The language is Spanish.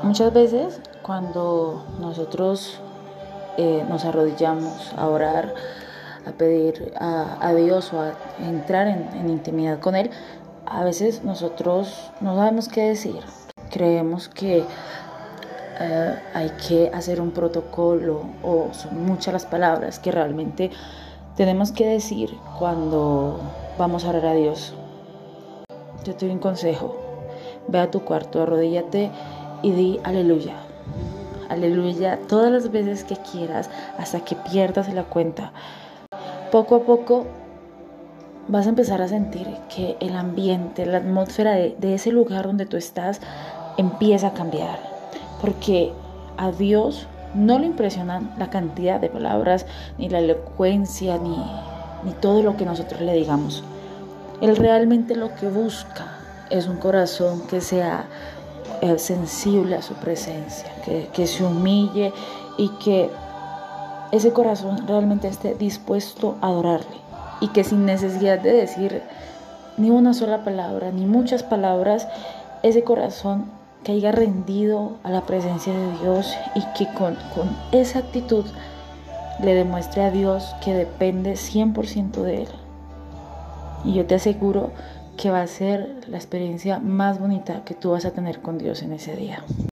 Muchas veces cuando nosotros nos arrodillamos a orar, a pedir a Dios o a entrar en intimidad con Él, a veces nosotros no sabemos qué decir. Creemos que hay que hacer un protocolo o son muchas las palabras que realmente tenemos que decir cuando vamos a orar a Dios. Yo te doy un consejo: ve a tu cuarto, arrodíllate y di aleluya. Aleluya todas las veces que quieras hasta que pierdas la cuenta. Poco a poco vas a empezar a sentir que el ambiente, la atmósfera de ese lugar donde tú estás empieza a cambiar. Porque a Dios no le impresionan la cantidad de palabras, ni la elocuencia, ni todo lo que nosotros le digamos. Él realmente lo que busca es un corazón que sea sensible a su presencia, que se humille y que ese corazón realmente esté dispuesto a adorarle y que sin necesidad de decir ni una sola palabra, ni muchas palabras, ese corazón caiga rendido a la presencia de Dios y que con esa actitud le demuestre a Dios que depende 100% de Él. Y yo te aseguro que va a ser la experiencia más bonita que tú vas a tener con Dios en ese día.